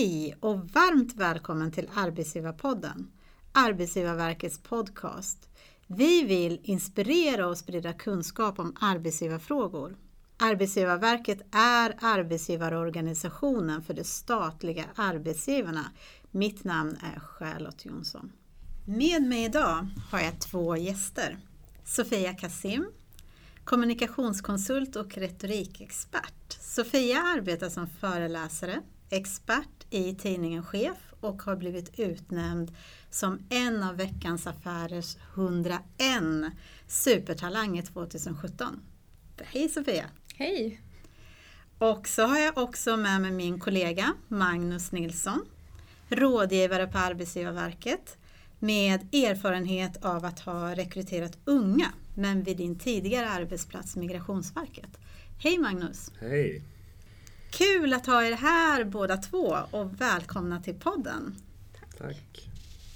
Hej och varmt välkommen till Arbetsgivarpodden, Arbetsgivarverkets podcast. Vi vill inspirera och sprida kunskap om arbetsgivarfrågor. Arbetsgivarverket är arbetsgivarorganisationen för de statliga arbetsgivarna. Mitt namn är Charlotte Jonsson. Med mig idag har jag 2 gäster. Sofia Kasim, kommunikationskonsult och retorikexpert. Sofia arbetar som föreläsare, expert i tidningen Chef och har blivit utnämnd som en av Veckans Affärers 101 supertalanger 2017. Hej Sofia! Hej! Och så har jag också med mig min kollega Magnus Nilsson, rådgivare på Arbetsgivarverket med erfarenhet av att ha rekryterat unga, men vid din tidigare arbetsplats Migrationsverket. Hej Magnus! Hej! Kul att ha er här båda 2 och välkomna till podden. Tack!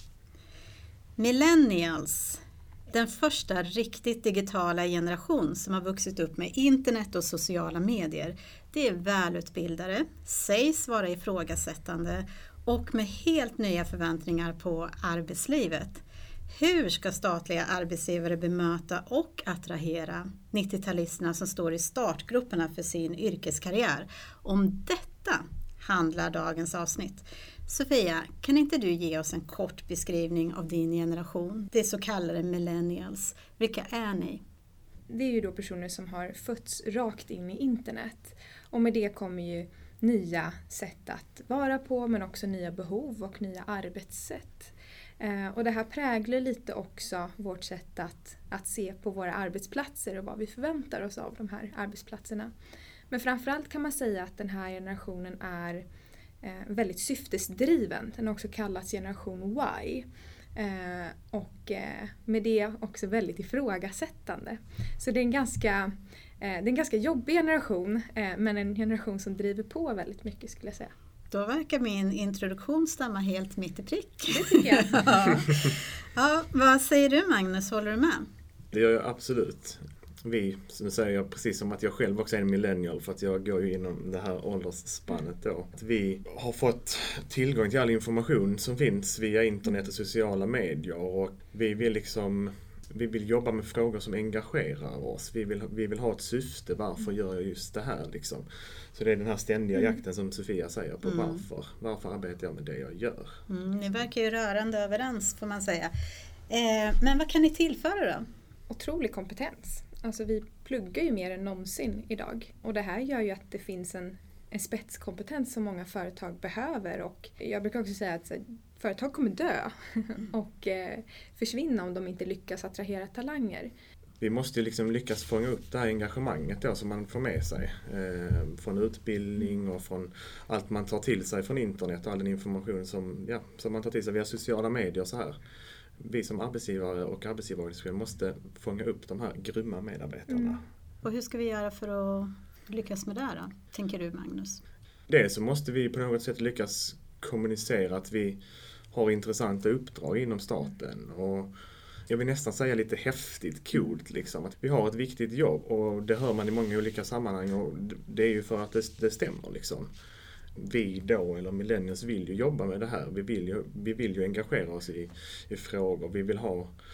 Millennials, den första riktigt digitala generation som har vuxit upp med internet och sociala medier. Det är välutbildade, sägs vara ifrågasättande och med helt nya förväntningar på arbetslivet. Hur ska statliga arbetsgivare bemöta och attrahera 90-talisterna som står i startgrupperna för sin yrkeskarriär? Om detta handlar dagens avsnitt. Sofia, kan inte du ge oss en kort beskrivning av din generation, det så kallade millennials? Vilka är ni? Det är ju då personer som har fötts rakt in i internet. Och med det kommer ju nya sätt att vara på, men också nya behov och nya arbetssätt. Och det här präglar lite också vårt sätt att se på våra arbetsplatser och vad vi förväntar oss av de här arbetsplatserna. Men framförallt kan man säga att den här generationen är väldigt syftesdriven. Den har också kallats generation Y. Och med det också väldigt ifrågasättande. Så det är en ganska jobbig generation, men en generation som driver på väldigt mycket skulle jag säga. Då verkar min introduktion stämma helt mitt i prick. Det tycker jag. Ja, vad säger du Magnus, håller du med? Det gör jag absolut. Nu säger jag precis som att jag själv också är en millennial, för att jag går ju inom det här åldersspannet då. Vi har fått tillgång till all information som finns via internet och sociala medier, och vi vill jobba med frågor som engagerar oss. Vi vill ha ett syfte. Varför gör jag just det här liksom? Så det är den här ständiga jakten som Sofia säger på varför arbetar jag med det jag gör. Ni verkar ju rörande överens får man säga. Men vad kan ni tillföra då? Otrolig kompetens. Alltså vi pluggar ju mer än någonsin idag. Och det här gör ju att det finns en spetskompetens som många företag behöver. Och jag brukar också säga att företag kommer dö och försvinna om de inte lyckas attrahera talanger. Vi måste ju liksom lyckas fånga upp det här engagemanget då som man får med sig. Från utbildning och från allt man tar till sig från internet och all den information som man tar till sig via sociala medier och så här. Vi som arbetsgivare och arbetsgivarorganisationer måste fånga upp de här grymma medarbetarna. Och hur ska vi göra för att lyckas med det här då, tänker du Magnus? Dels så måste vi på något sätt lyckas kommunicera att vi har intressanta uppdrag inom staten, och jag vill nästan säga lite häftigt, coolt liksom, att vi har ett viktigt jobb, och det hör man i många olika sammanhang, och det är ju för att det stämmer liksom. Vi då, eller millennials, vill ju jobba med det här. Vi vill ju engagera oss i frågor. Vi vill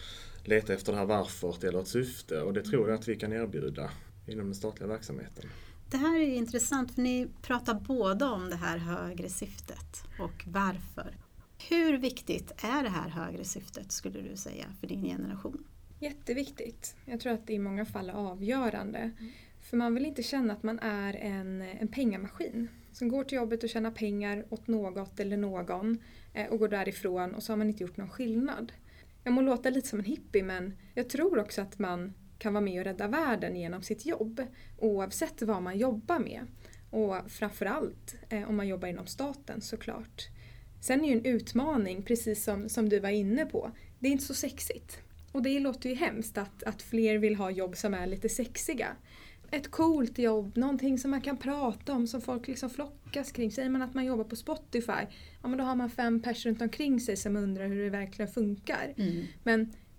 leta efter det här varför eller ett syfte, och det tror jag att vi kan erbjuda inom den statliga verksamheten. Det här är ju intressant, för ni pratar både om det här högre syftet och varför. Hur viktigt är det här högre syftet skulle du säga för din generation? Jätteviktigt. Jag tror att det i många fall är avgörande. För man vill inte känna att man är en pengamaskin som går till jobbet och tjänar pengar åt något eller någon och går därifrån, och så har man inte gjort någon skillnad. Jag må låta lite som en hippie, men jag tror också att man kan vara med och rädda världen genom sitt jobb, oavsett vad man jobbar med. Och framförallt om man jobbar inom staten såklart. Sen är ju en utmaning, precis som du var inne på, det är inte så sexigt. Och det låter ju hemskt att fler vill ha jobb som är lite sexiga. Ett coolt jobb, någonting som man kan prata om, som folk liksom flockas kring. Säger man att man jobbar på Spotify, ja men då har man 5 personer runt omkring sig som undrar hur det verkligen funkar. Men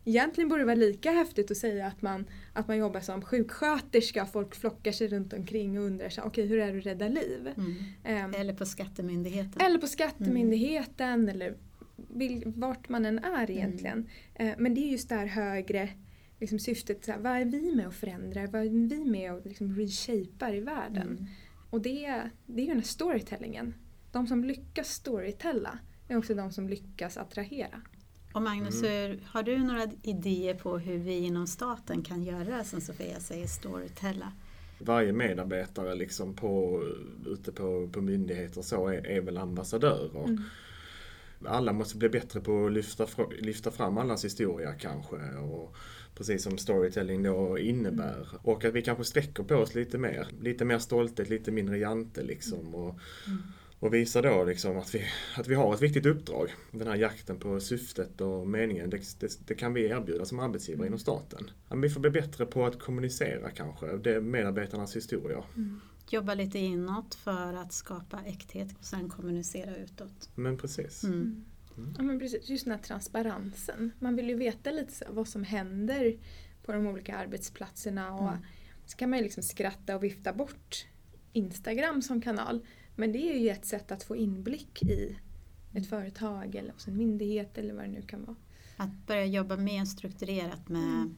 egentligen borde det vara lika häftigt att säga att man jobbar som sjuksköterska. Folk flockar sig runt omkring och undrar så, okej, hur är det att rädda liv? Eller på Skattemyndigheten. Eller vart man än är egentligen. Men det är just det här högre liksom syftet. Så här, vad är vi med att förändra? Vad är vi med att liksom reshapar i världen? Och det är ju den här storytellingen. De som lyckas storytella är också de som lyckas attrahera. Och Magnus, har du några idéer på hur vi inom staten kan göra, som Sofia säger, storytella? Varje medarbetare liksom ute på myndigheter så är väl ambassadörer. Alla måste bli bättre på att lyfta fram allas historia kanske, och precis som storytelling då innebär. Och att vi kanske sträcker på oss lite mer stolthet, lite mindre jante liksom, och visa då liksom att vi har ett viktigt uppdrag. Den här jakten på syftet och meningen, det kan vi erbjuda som arbetsgivare inom staten. Men vi får bli bättre på att kommunicera kanske, det är medarbetarnas historia. Jobba lite inåt för att skapa äkthet och sen kommunicera utåt. Men precis. Ja, men precis. Just den här transparensen. Man vill ju veta lite så vad som händer på de olika arbetsplatserna. Och så kan man ju liksom skratta och vifta bort Instagram som kanal. Men det är ju ett sätt att få inblick i ett företag eller hos en myndighet eller vad det nu kan vara. Att börja jobba mer strukturerat med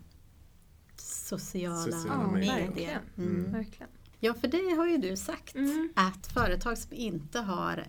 sociala medier. Verkligen. Ja, för det har ju du sagt, att företag som inte har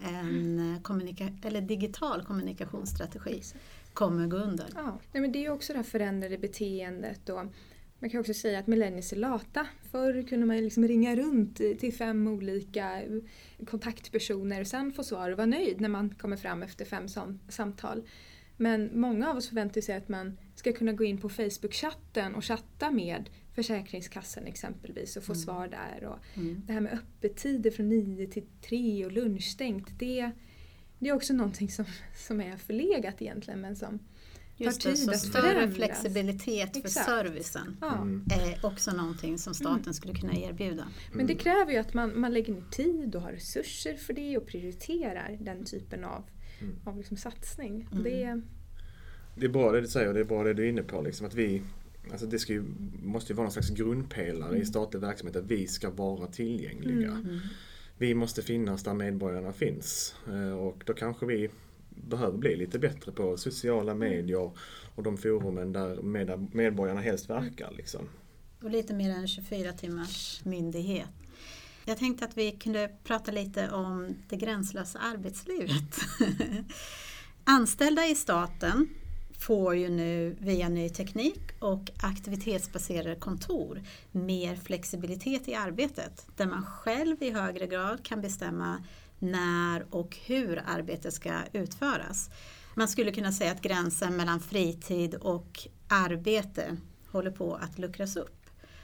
en digital kommunikationsstrategi kommer gå under. Ja, men det är ju också det här förändrade beteendet, och man kan också säga att millennials är lata. Förr kunde man liksom ringa runt till 5 olika kontaktpersoner och sen få svar och vara nöjd när man kommer fram efter 5 samtal. Men många av oss förväntar sig att man ska kunna gå in på Facebook-chatten och chatta med Försäkringskassan exempelvis och få svar där. Och det här med öppettider från 9 till 3 och lunchstängt, det är också någonting som är förlegat egentligen, men som just tar tid att förändras. Större flexibilitet för servicen är också någonting som staten skulle kunna erbjuda. Men det kräver ju att man lägger ner tid och har resurser för det och prioriterar den typen av liksom satsning. Det är bra det du säger, och det är bra det du är inne på. Liksom, att vi, alltså det måste ju vara någon slags grundpelare i statlig verksamhet, att vi ska vara tillgängliga. Vi måste finnas där medborgarna finns. Och då kanske vi behöver bli lite bättre på sociala medier och de forumen där medborgarna helst verkar. Liksom. Och lite mer än 24 timmars myndighet. Jag tänkte att vi kunde prata lite om det gränslösa arbetslivet. Anställda i staten får ju nu via ny teknik och aktivitetsbaserade kontor mer flexibilitet i arbetet, där man själv i högre grad kan bestämma när och hur arbetet ska utföras. Man skulle kunna säga att gränsen mellan fritid och arbete håller på att luckras upp.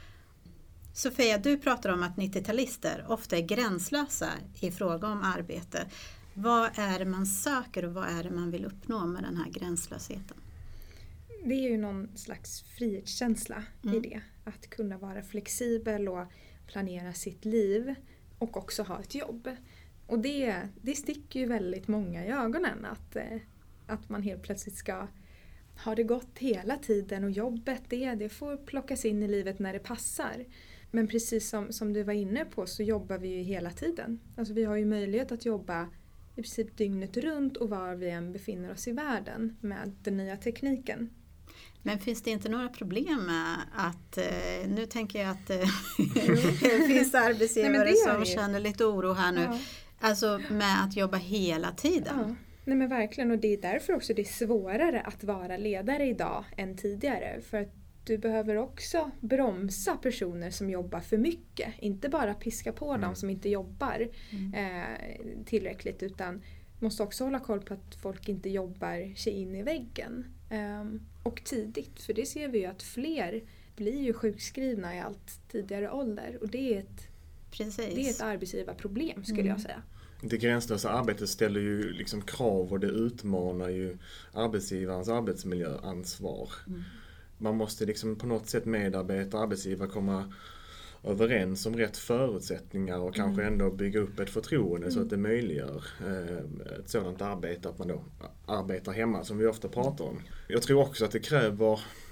Sofia, du pratar om att 90-talister ofta är gränslösa i fråga om arbete. Vad är det man söker och vad är det man vill uppnå med den här gränslösheten? Det är ju någon slags frihetskänsla i det. Att kunna vara flexibel och planera sitt liv och också ha ett jobb. Och det sticker ju väldigt många i ögonen att man helt plötsligt ska ha det gott hela tiden, och jobbet det får plockas in i livet när det passar. Men precis som du var inne på så jobbar vi ju hela tiden. Alltså vi har ju möjlighet att jobba i princip dygnet runt och var vi än befinner oss i världen med den nya tekniken. Men finns det inte några problem med att, nu tänker jag att det finns arbetsgivare som känner lite oro här nu, alltså med att jobba hela tiden? Ja. Nej men verkligen, och det är därför också det är svårare att vara ledare idag än tidigare, för att du behöver också bromsa personer som jobbar för mycket. Inte bara piska på dem som inte jobbar tillräckligt, utan måste också hålla koll på att folk inte jobbar sig in i väggen. Och tidigt, för det ser vi ju att fler blir ju sjukskrivna i allt tidigare ålder. Och det är ett arbetsgivarproblem skulle jag säga. Det gränslösa arbetet ställer ju liksom krav och det utmanar ju arbetsgivarens arbetsmiljöansvar. Man måste liksom på något sätt medarbeta arbetsgivare komma överens om rätt förutsättningar och kanske ändå bygga upp ett förtroende så att det möjliggör ett sådant arbete, att man då arbetar hemma som vi ofta pratar om. Jag tror också att det kräver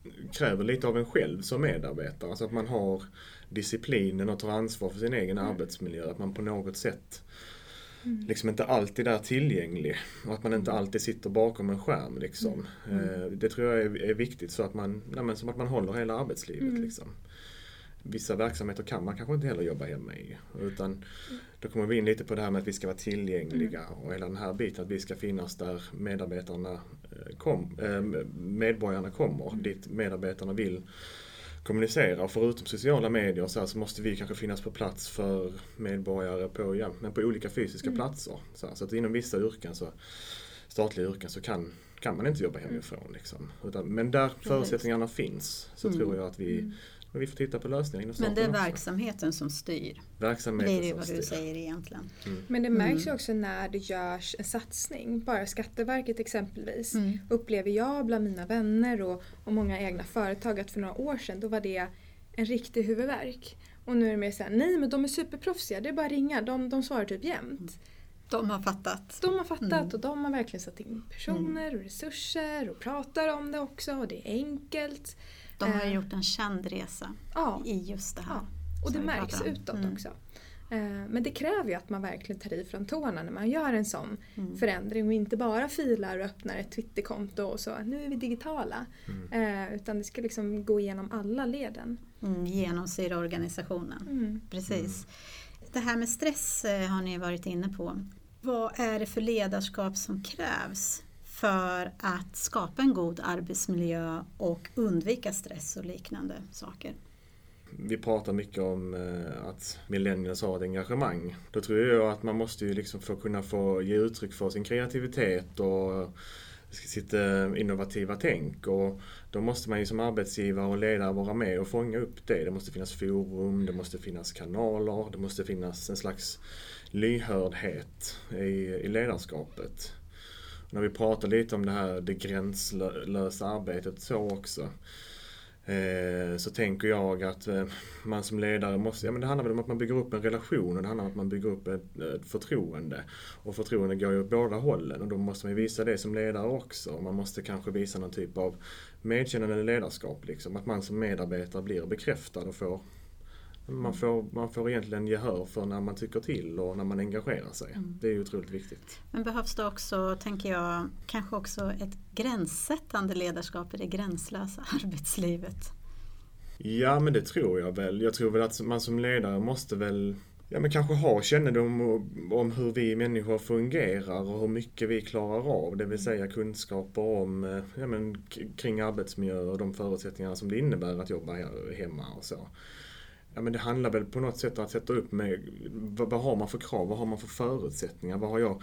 kräver lite av en själv som medarbetare. Alltså att man har disciplinen och tar ansvar för sin egen arbetsmiljö. Att man på något sätt liksom inte alltid är tillgänglig. Och att man inte alltid sitter bakom en skärm. Liksom. Det tror jag är viktigt så att som att man håller hela arbetslivet. Liksom. Vissa verksamheter kan man kanske inte heller jobba hemma i. Utan då kommer vi in lite på det här med att vi ska vara tillgängliga. Och hela den här biten att vi ska finnas där medborgarna kommer. Dit medarbetarna vill kommunicera. Och förutom sociala medier så måste vi kanske finnas på plats för medborgare på olika fysiska platser. Så att inom vissa yrken, statliga yrken, så kan man inte jobba hemifrån. Liksom. Men där förutsättningarna finns så tror jag att vi får titta på lösningen. Men det är verksamheten som styr. Verksamheten det är vad du säger egentligen. Men det märks ju också när det görs en satsning. Bara Skatteverket exempelvis. Upplever jag bland mina vänner och många egna företag att för några år sedan då var det en riktig huvudvärk. Och nu är det mer såhär, nej men de är superproffsiga, det är bara ringa, de svarar typ jämt. De har fattat. Och de har verkligen satt in personer och resurser och pratar om det också och det är enkelt. De har gjort en känd resa i just det här. Ja. Och det märks utåt också. Men det kräver ju att man verkligen tar i från tårna när man gör en sån förändring och inte bara filar och öppnar ett Twitterkonto och så, nu är vi digitala. Utan det ska liksom gå igenom alla leden. Genomsyra organisationen. Precis. Det här med stress har ni varit inne på. Vad är det för ledarskap som krävs för att skapa en god arbetsmiljö och undvika stress och liknande saker? Vi pratar mycket om att millennials har ett engagemang. Då tror jag att man måste ju liksom kunna få ge uttryck för sin kreativitet och sitt innovativa tänk. Och då måste man ju som arbetsgivare och ledare vara med och fånga upp det. Det måste finnas forum, det måste finnas kanaler, det måste finnas en slags lyhördhet i ledarskapet. När vi pratar lite om det gränslösa arbetet så också. Så tänker jag att man som ledare måste, det handlar väl om att man bygger upp en relation och det handlar om att man bygger upp ett förtroende. Och förtroende går ju åt båda hållen och då måste man visa det som ledare också. Man måste kanske visa någon typ av medkännande ledarskap. Liksom. Att man som medarbetare blir bekräftad och man får egentligen gehör för när man tycker till och när man engagerar sig. Det är ju otroligt viktigt. Men behövs det också, tänker jag, kanske också ett gränssättande ledarskap i det gränslösa arbetslivet? Ja, men det tror jag väl. Jag tror väl att man som ledare måste väl kanske ha kännedom om hur vi människor fungerar och hur mycket vi klarar av. Det vill säga kunskaper om kring arbetsmiljö och de förutsättningarna som det innebär att jobba hemma och så. Ja, men det handlar väl på något sätt att sätta upp med vad har man för krav, vad har man för förutsättningar,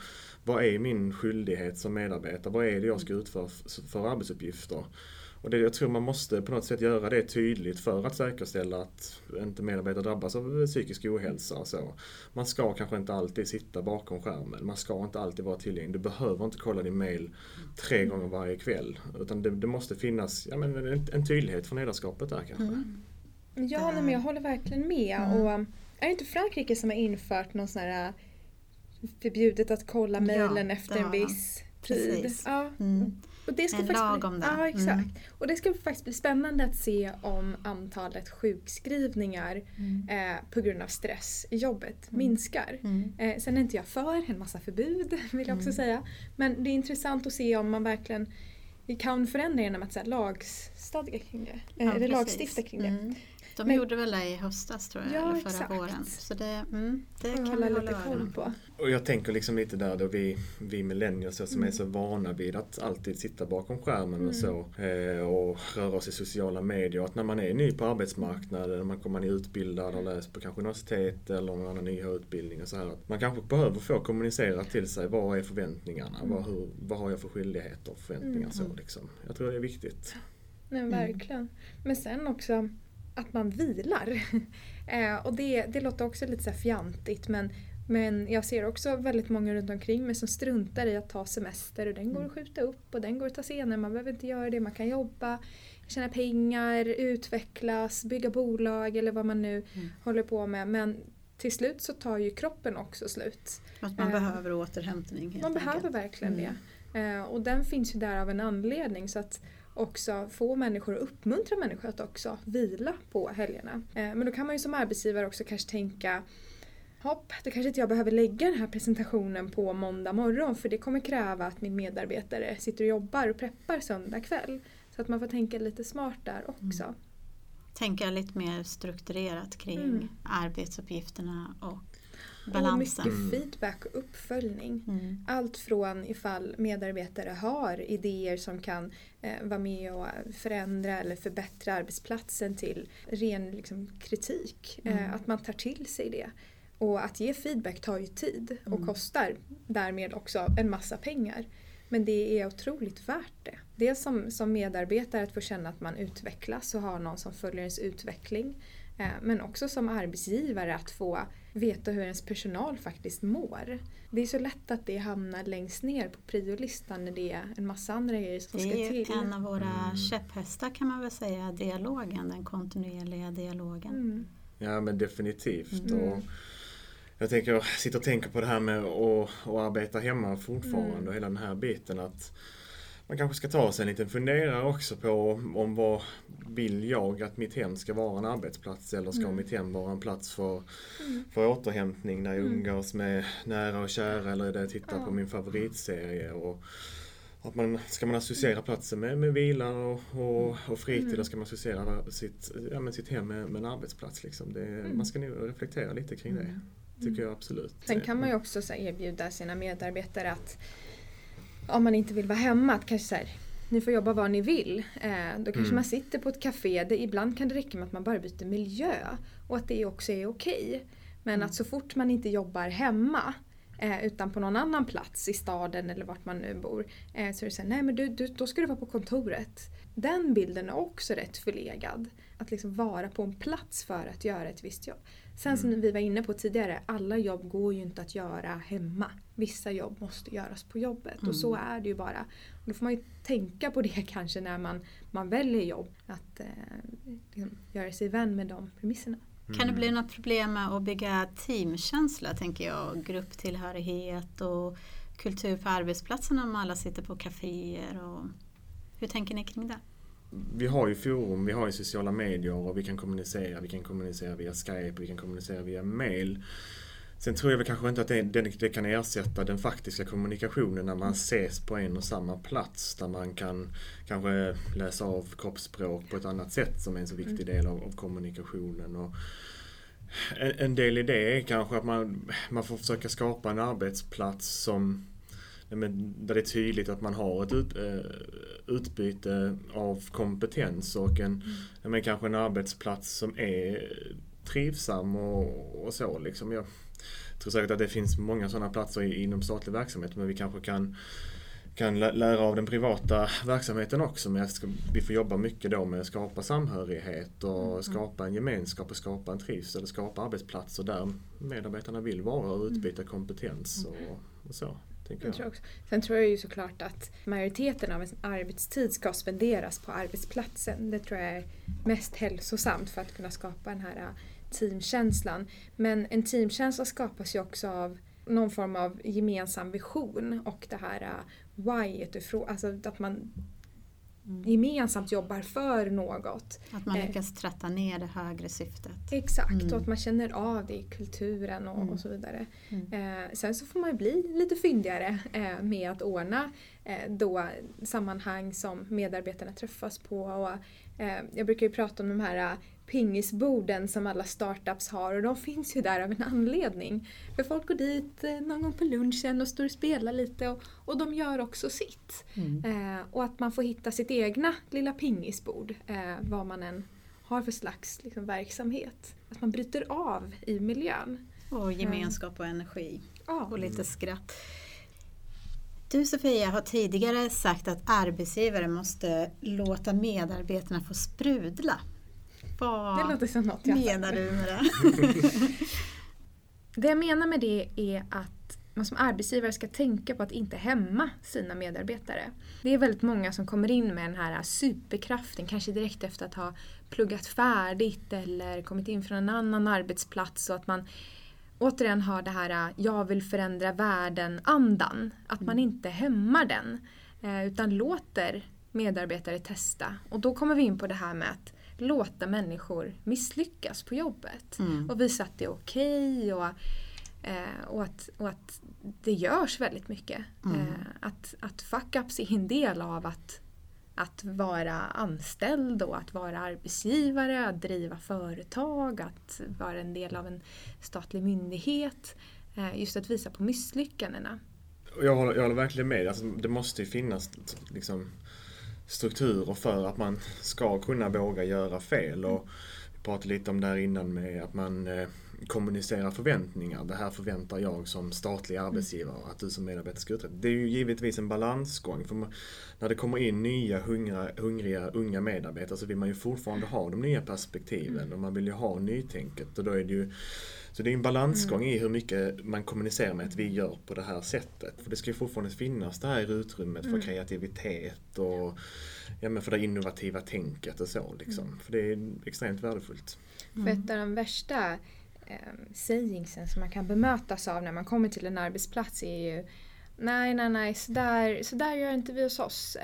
vad är min skyldighet som medarbetare, vad är det jag ska utföra för arbetsuppgifter. Och jag tror man måste på något sätt göra det tydligt för att säkerställa att inte medarbetare drabbas av psykisk ohälsa och så. Man ska kanske inte alltid sitta bakom skärmen, man ska inte alltid vara tillgänglig, du behöver inte kolla din mail 3 gånger varje kväll. Utan det måste finnas en tydlighet från ledarskapet där kanske. Ja, men jag håller verkligen med. Och är det inte Frankrike som har infört någon sån här förbjudet att kolla mejlen efter en viss tid? Ja. Och det ska en lag om det. Ja, exakt. Och det ska faktiskt bli spännande att se om antalet sjukskrivningar på grund av stress i jobbet minskar. Sen är inte jag för en massa förbud, vill jag också säga. Men det är intressant att se om man verkligen kan förändra genom att lagstadga kring det. Eller lagstifta kring det. De gjorde väl det i höstas tror jag, eller förra våren. Så det kan vi hålla koll på. Och jag tänker liksom lite där då vi millennials som är så vana vid att alltid sitta bakom skärmen och så. Och röra oss i sociala medier. Och att när man är ny på arbetsmarknaden, när man är utbildad och läst på kanske universitet eller någon annan ny utbildning och så här. Att man kanske behöver få kommunicera till sig vad är förväntningarna, vad har jag för skyldigheter och förväntningar så liksom. Jag tror det är viktigt. Nej, verkligen. Men sen också att man vilar. Och det låter också lite så här fjantigt, men jag ser också väldigt många runt omkring mig som struntar i att ta semester och den går att skjuta upp och den går att ta senare. Man behöver inte göra det, man kan jobba, tjäna pengar, utvecklas, bygga bolag eller vad man nu håller på med. Men till slut så tar ju kroppen också slut. Att man behöver återhämtning helt Man enkelt. behöver verkligen det. Och den finns ju där av en anledning, så att också få människor att uppmuntra människor att också vila på helgerna. Men då kan man ju som arbetsgivare också kanske tänka, då kanske inte jag behöver lägga den här presentationen på måndag morgon, för det kommer kräva att min medarbetare sitter och jobbar och preppar söndag kväll. Så att man får tänka lite smart där också. Tänka lite mer strukturerat kring arbetsuppgifterna och balansen. Och mycket feedback och uppföljning. Allt från ifall medarbetare har idéer som kan vara med och förändra eller förbättra arbetsplatsen till ren liksom, kritik. Att man tar till sig det. Och att ge feedback tar ju tid och kostar därmed också en massa pengar. Men det är otroligt värt det. Dels som medarbetare att få känna att man utvecklas och har någon som följer ens utveckling. Men också som arbetsgivare att få veta hur ens personal faktiskt mår. Det är så lätt att det hamnar längst ner på priolistan när det är en massa andra grejer som ska till. Det är en av våra käpphästar kan man väl säga, dialogen, den kontinuerliga dialogen. Ja men definitivt. Och jag sitter och tänker på det här med att arbeta hemma fortfarande och hela den här biten att man kanske ska ta sig en liten funderare också på om vad vill jag att mitt hem ska vara en arbetsplats eller ska mitt hem vara en plats för återhämtning när jag umgås med nära och kära eller där jag tittar på min favoritserie och att ska man associera platsen med vila och fritid eller ska man associera sitt hem med en arbetsplats liksom. Man ska nog reflektera lite kring det. Tycker jag absolut. Sen kan man ju också erbjuda sina medarbetare att om man inte vill vara hemma, att kanske så här, ni får jobba var ni vill. Då kanske man sitter på ett café. Ibland kan det räcka med att man bara byter miljö. Och att det också är okej. Men att så fort man inte jobbar hemma utan på någon annan plats i staden eller vart man nu bor. Så är det så här, nej men då ska du vara på kontoret. Den bilden är också rätt förlegad. Att liksom vara på en plats för att göra ett visst jobb. Sen som vi var inne på tidigare, alla jobb går ju inte att göra hemma. Vissa jobb måste göras på jobbet och så är det ju bara. Och då får man ju tänka på det kanske när man väljer jobb. Att liksom, göra sig vän med de premisserna. Kan det bli något problem med att bygga teamkänsla, tänker jag? Grupptillhörighet och kultur på arbetsplatsen om alla sitter på kaféer. Hur tänker ni kring det? Vi har ju forum, vi har ju sociala medier och vi kan kommunicera via Skype, vi kan kommunicera via mail. Sen tror jag väl kanske inte att det kan ersätta den faktiska kommunikationen när man ses på en och samma plats där man kan kanske läsa av kroppsspråk på ett annat sätt som är en så viktig del av kommunikationen. Och en del i det är kanske att man får försöka skapa en arbetsplats som där det är tydligt att man har ett utbyte av kompetens och kanske en arbetsplats som är trivsam och så liksom. Jag tror säkert att det finns många sådana platser inom statlig verksamhet, men vi kanske kan lära av den privata verksamheten också. Men vi får jobba mycket då med att skapa samhörighet och skapa en gemenskap och skapa en trivsel och skapa arbetsplatser där medarbetarna vill vara och utbyta kompetens och så. Sen tror jag ju såklart att majoriteten av en arbetstid ska spenderas på arbetsplatsen. Det tror jag är mest hälsosamt för att kunna skapa den här teamkänslan. Men en teamkänsla skapas ju också av någon form av gemensam vision och det här whyet, alltså att man gemensamt jobbar för något. Att man lyckas tratta ner det högre syftet. Exakt, och att man känner av det i kulturen och så vidare. Sen så får man bli lite fyndigare med att ordna då sammanhang som medarbetarna träffas på. Och, jag brukar ju prata om de här pingisborden som alla startups har, och de finns ju där av en anledning. För folk går dit någon gång på lunchen och står och spelar lite och de gör också sitt. Och att man får hitta sitt egna lilla pingisbord, vad man än har för slags liksom, verksamhet. Att man bryter av i miljön. Och gemenskap och energi. Och lite skratt. Du Sofia har tidigare sagt att arbetsgivare måste låta medarbetarna få sprudla. Det låter som något jag menar du med det? Det jag menar med det är att man som arbetsgivare ska tänka på att inte hämma sina medarbetare. Det är väldigt många som kommer in med den här superkraften, kanske direkt efter att ha pluggat färdigt eller kommit in från en annan arbetsplats, och att man återigen har det här jag vill förändra världen-andan. Att man inte hämmar den utan låter medarbetare testa. Och då kommer vi in på det här med att låta människor misslyckas på jobbet. Och visa att det är okej och att det görs väldigt mycket. Att fuck ups är en del av att vara anställd och att vara arbetsgivare, att driva företag, att vara en del av en statlig myndighet. Just att visa på misslyckandena. Jag håller verkligen med. Alltså, det måste ju finnas liksom, strukturer för att man ska kunna våga göra fel. Och vi pratade lite om det här innan med att man kommunicerar förväntningar. Det här förväntar jag som statlig arbetsgivare att du som medarbetare ska uträtta. Det är ju givetvis en balansgång. För när det kommer in nya hungriga unga medarbetare så vill man ju fortfarande ha de nya perspektiven och man vill ju ha nytänket. Och då är det ju, så det är en balansgång i hur mycket man kommunicerar med att vi gör på det här sättet. För det ska ju fortfarande finnas det här utrymmet för kreativitet och för det innovativa tänket och så. Liksom. För det är extremt värdefullt. För ett av de värsta sayingsen som man kan bemötas av när man kommer till en arbetsplats är ju nej, så där gör inte vi hos oss.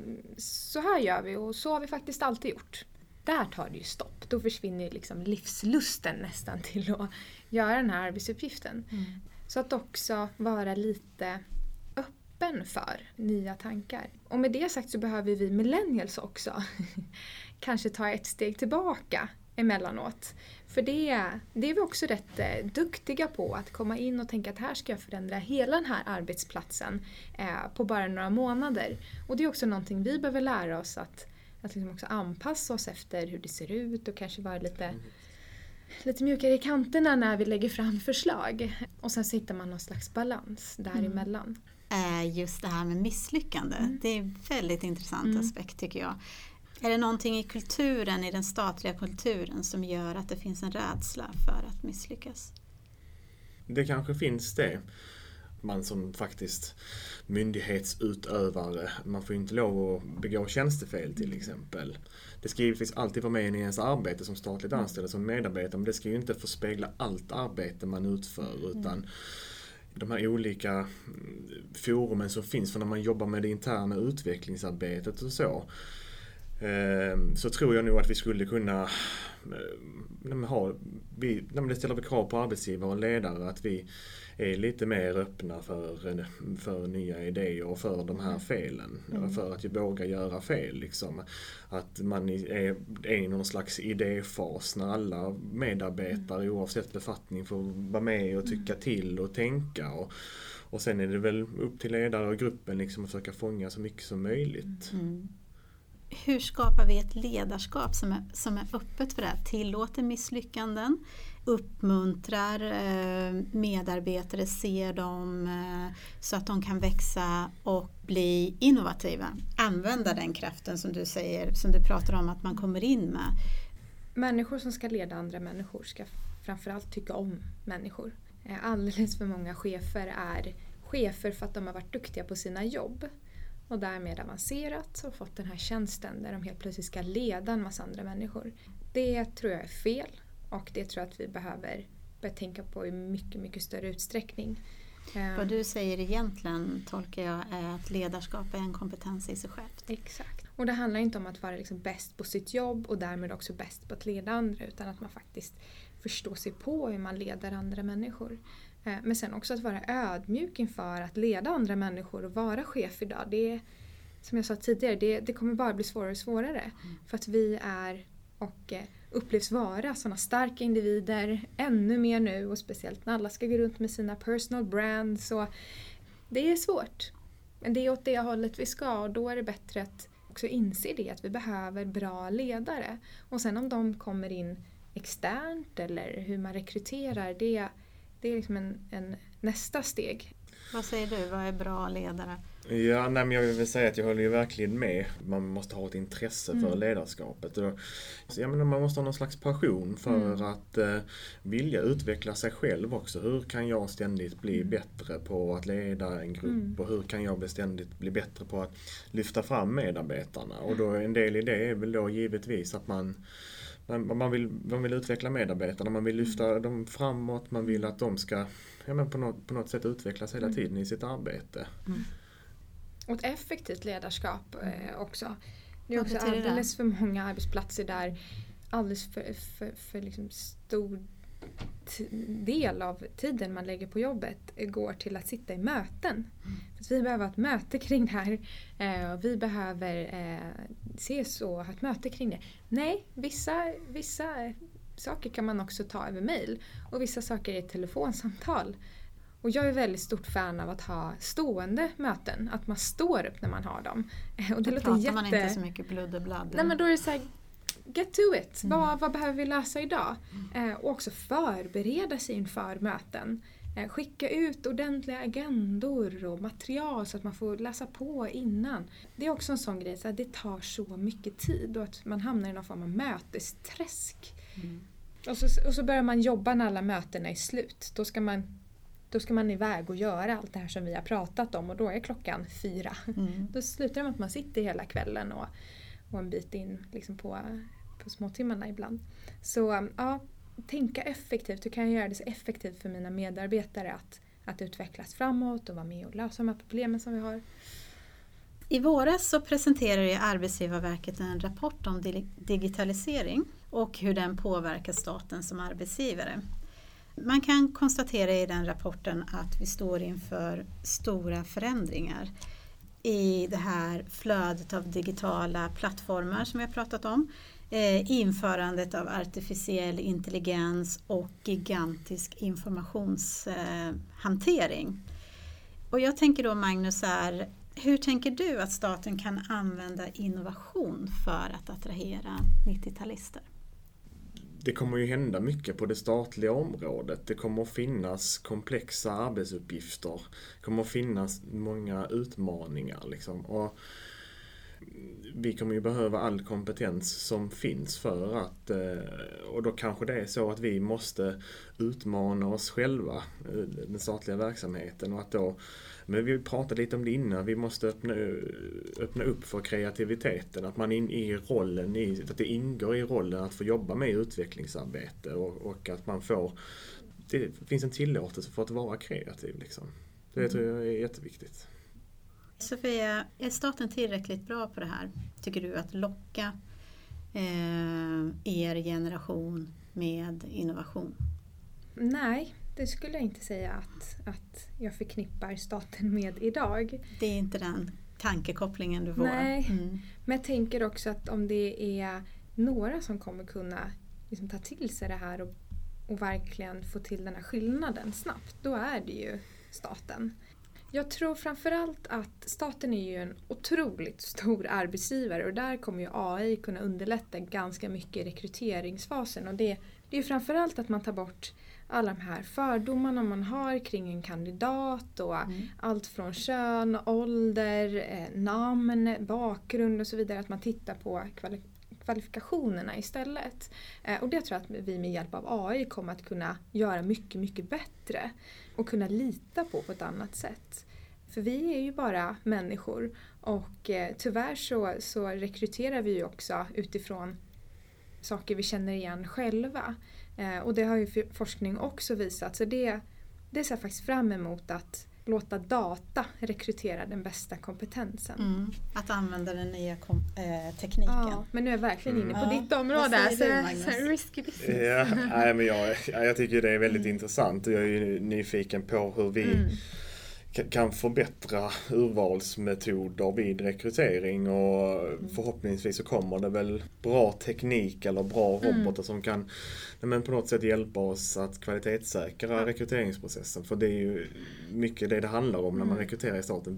Så här gör vi och så har vi faktiskt alltid gjort. Där tar det ju stopp. Då försvinner ju liksom livslusten nästan till att göra den här arbetsuppgiften. Så att också vara lite öppen för nya tankar. Och med det sagt så behöver vi millennials också kanske ta ett steg tillbaka emellanåt. För det är vi också rätt duktiga på, att komma in och tänka att här ska jag förändra hela den här arbetsplatsen på bara några månader. Och det är också någonting vi behöver lära oss att liksom också anpassa oss efter hur det ser ut och kanske vara lite mjukare i kanterna när vi lägger fram förslag. Och sen så hittar man någon slags balans däremellan. Just det här med misslyckande, det är en väldigt intressant aspekt tycker jag. Är det någonting i kulturen, i den statliga kulturen som gör att det finns en rädsla för att misslyckas? Det kanske finns det. Man som faktiskt myndighetsutövare, man får inte lov att begå tjänstefel till exempel. Det ska givetvis alltid vara med i ens arbete som statligt anställd, som medarbetare, men det ska ju inte förspegla allt arbete man utför utan de här olika forumen som finns för när man jobbar med det interna utvecklingsarbetet och så tror jag nog att vi skulle kunna det ställer vi krav på arbetsgivare och ledare att vi är lite mer öppna för nya idéer och för de här felen. För att våga göra fel. Liksom. Att man är i någon slags idéfas när alla medarbetare oavsett befattning får vara med och tycka till och tänka. Och sen är det väl upp till ledare och gruppen liksom att försöka fånga så mycket som möjligt. Hur skapar vi ett ledarskap som är öppet för det här? Tillåter misslyckanden, uppmuntrar medarbetare, ser dem så att de kan växa och bli innovativa. Använda den kraften som du säger, som du pratar om att man kommer in med. Människor som ska leda andra människor ska framförallt tycka om människor. Alldeles för många chefer är chefer för att de har varit duktiga på sina jobb. Och därmed avancerat och fått den här tjänsten där de helt plötsligt ska leda en massa andra människor. Det tror jag är fel och det tror jag att vi behöver börja tänka på i mycket, mycket större utsträckning. Vad du säger egentligen, tolkar jag, är att ledarskap är en kompetens i sig självt. Exakt. Och det handlar inte om att vara liksom bäst på sitt jobb och därmed också bäst på att leda andra, utan att man faktiskt förstår sig på hur man leder andra människor. Men sen också att vara ödmjuk inför att leda andra människor och vara chef idag. Det är, som jag sa tidigare, det kommer bara bli svårare och svårare. För att vi är och upplevs vara sådana starka individer ännu mer nu. Och speciellt när alla ska gå runt med sina personal brands. Så det är svårt. Men det är åt det hållet vi ska, och då är det bättre att också inse det, att vi behöver bra ledare. Och sen om de kommer in externt eller hur man rekryterar, det är liksom en nästa steg. Vad säger du? Vad är bra ledare? Ja, men jag vill säga att jag håller ju verkligen med. Man måste ha ett intresse för ledarskapet. Man måste ha någon slags passion för att vilja utveckla sig själv också. Hur kan jag ständigt bli bättre på att leda en grupp? Och hur kan jag ständigt bli bättre på att lyfta fram medarbetarna? Och då en del i det är väl då givetvis att man vill utveckla medarbetarna, man vill lyfta dem framåt, man vill att de ska på något sätt utvecklas hela tiden i sitt arbete. Och ett effektivt ledarskap också. Det är också alldeles för många arbetsplatser där alldeles för liksom stor del av tiden man lägger på jobbet går till att sitta i möten. För vi behöver ha ett möte kring det här. Och vi behöver ses och ha ett möte kring det. Nej, vissa saker kan man också ta över mejl. Och vissa saker är ett telefonsamtal. Och jag är väldigt stort fan av att ha stående möten. Att man står upp när man har dem. Och det då pratar man inte så mycket blood och blad. Nej, men då är det så här, get to it. Vad behöver vi läsa idag? Och också förbereda sig inför möten. Skicka ut ordentliga agendor och material så att man får läsa på innan. Det är också en sån grej så att det tar så mycket tid och att man hamnar i någon form av mötesträsk. Och så börjar man jobba när alla mötena är slut. Då ska man iväg och göra allt det här som vi har pratat om och då är klockan 4. Då slutar det med att man sitter hela kvällen och en bit in liksom på småtimmarna ibland. Så tänka effektivt. Hur kan jag göra det så effektivt för mina medarbetare att utvecklas framåt och vara med och lösa de här problemen som vi har. I våras så presenterade Arbetsgivarverket en rapport om digitalisering och hur den påverkar staten som arbetsgivare. Man kan konstatera i den rapporten att vi står inför stora förändringar i det här flödet av digitala plattformar som vi har pratat om. Införandet av artificiell intelligens och gigantisk informationshantering. Och jag tänker då, Magnus, hur tänker du att staten kan använda innovation för att attrahera 90-talister? Det kommer ju hända mycket på det statliga området. Det kommer att finnas komplexa arbetsuppgifter. Det kommer att finnas många utmaningar. Liksom. Och vi kommer ju behöva all kompetens som finns för att, och då kanske det är så att vi måste utmana oss själva, den statliga verksamheten, och att då, men vi pratade lite om det innan, vi måste öppna upp för kreativiteten, att man att det ingår i rollen att få jobba med utvecklingsarbete och att man det finns en tillåtelse för att vara kreativ liksom. Det tror jag är jätteviktigt. Sofia, är staten tillräckligt bra på det här? Tycker du att locka er generation med innovation? Nej, det skulle jag inte säga att jag förknippar staten med idag. Det är inte den tankekopplingen du får? Nej, men jag tänker också att om det är några som kommer kunna liksom ta till sig det här och verkligen få till den här skillnaden snabbt, då är det ju staten. Jag tror framförallt att staten är ju en otroligt stor arbetsgivare och där kommer ju AI kunna underlätta ganska mycket i rekryteringsfasen. Och det är ju framförallt att man tar bort alla de här fördomarna man har kring en kandidat och allt från kön, ålder, namn, bakgrund och så vidare. Att man tittar på kvalifikationerna istället. Och det tror jag att vi med hjälp av AI kommer att kunna göra mycket, mycket bättre och kunna lita på ett annat sätt. För vi är ju bara människor och tyvärr så rekryterar vi ju också utifrån saker vi känner igen själva. Och det har ju forskning också visat. Så det ser faktiskt fram emot att låta data rekrytera den bästa kompensen. Att använda den nya tekniken. Ja, men nu är jag verkligen inne på ditt område. Så risky business. Ja, men jag tycker det är väldigt intressant. Jag är ju nyfiken på hur vi kan förbättra urvalsmetoder vid rekrytering och förhoppningsvis så kommer det väl bra teknik eller bra robotar som kan på något sätt hjälpa oss att kvalitetssäkra rekryteringsprocessen. För det är ju mycket det handlar om när man rekryterar i staten.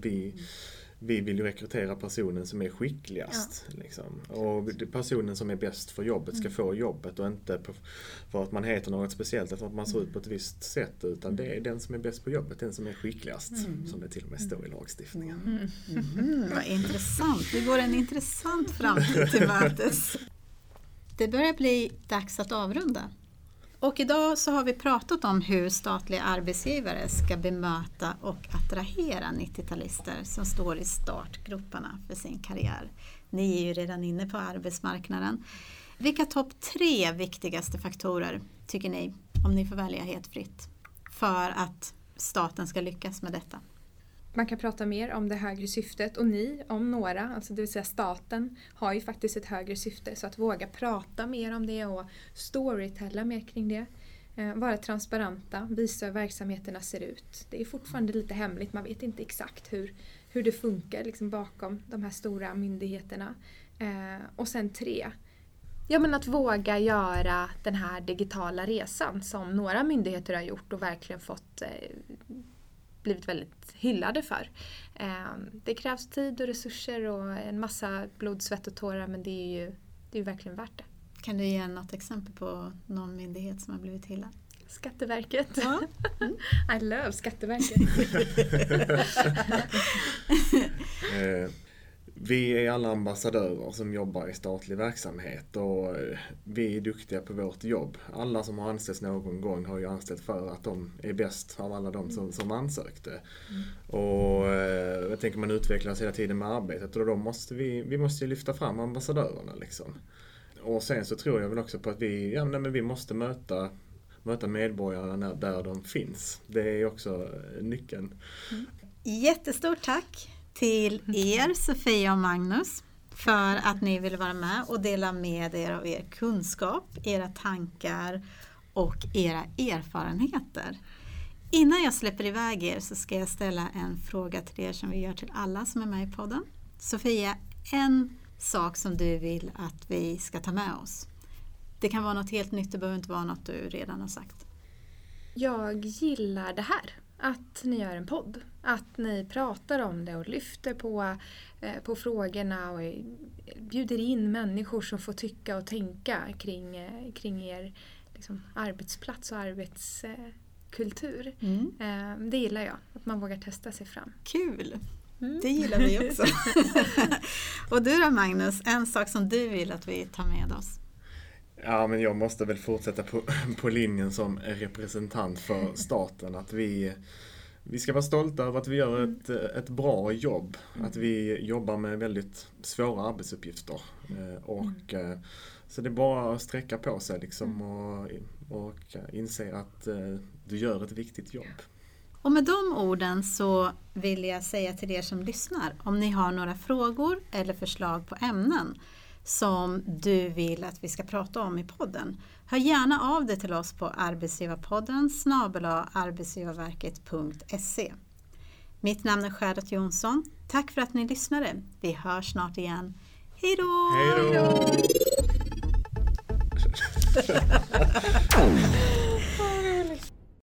Vi vill ju rekrytera personen som är skickligast. Liksom. Och personen som är bäst för jobbet ska få jobbet och inte för att man heter något speciellt eller för att man ser ut på ett visst sätt. Utan det är den som är bäst på jobbet, den som är skickligast. Som det till och med står i lagstiftningen. Vad intressant. Vi går en intressant framtid till mötes. Det börjar bli dags att avrunda. Och idag så har vi pratat om hur statliga arbetsgivare ska bemöta och attrahera 90-talister som står i startgroparna för sin karriär. Ni är ju redan inne på arbetsmarknaden. Vilka topp 3 viktigaste faktorer tycker ni, om ni får välja helt fritt, för att staten ska lyckas med detta? Man kan prata mer om det högre syftet och ni om några, alltså det vill säga staten, har ju faktiskt ett högre syfte. Så att våga prata mer om det och storytella mer kring det. Vara transparenta, visa hur verksamheterna ser ut. Det är fortfarande lite hemligt, man vet inte exakt hur det funkar liksom bakom de här stora myndigheterna. Och sen 3. Ja, men att våga göra den här digitala resan som några myndigheter har gjort och verkligen blivit väldigt hyllade för. Det krävs tid och resurser och en massa blod, svett och tårar, men det är ju verkligen värt det. Kan du ge något exempel på någon myndighet som har blivit hyllad? Skatteverket. Ja. I love Skatteverket. Vi är alla ambassadörer som jobbar i statlig verksamhet och vi är duktiga på vårt jobb. Alla som har anställts någon gång har ju anställt för att de är bäst av alla de som ansökte. Och jag tänker man utvecklas hela tiden med arbetet och då måste vi måste lyfta fram ambassadörerna liksom. Och sen så tror jag väl också på att vi måste möta medborgarna där de finns. Det är också nyckeln. Jättestort tack till er, Sofia och Magnus, för att ni ville vara med och dela med er av er kunskap, era tankar och era erfarenheter. Innan jag släpper iväg er så ska jag ställa en fråga till er som vi gör till alla som är med i podden. Sofia, en sak som du vill att vi ska ta med oss. Det kan vara något helt nytt, det behöver inte vara något du redan har sagt. Jag gillar det här. Att ni gör en podd. Att ni pratar om det och lyfter på frågorna och bjuder in människor som får tycka och tänka kring er liksom, arbetsplats och arbetskultur. Det gillar jag. Att man vågar testa sig fram. Kul! Det gillar vi också. Och du då, Magnus, en sak som du vill att vi tar med oss? Ja, men jag måste väl fortsätta på linjen som representant för staten. Att vi ska vara stolta över att vi gör ett bra jobb. Att vi jobbar med väldigt svåra arbetsuppgifter. Så det är bara att sträcka på sig liksom och inse att du gör ett viktigt jobb. Och med de orden så vill jag säga till er som lyssnar, om ni har några frågor eller förslag på ämnen som du vill att vi ska prata om i podden, hör gärna av dig till oss på arbetsgivarpodden@arbetsgivarverket.se. Mitt namn är Charlotte Jonsson. Tack för att ni lyssnade. Vi hörs snart igen. Hej då! Hej då!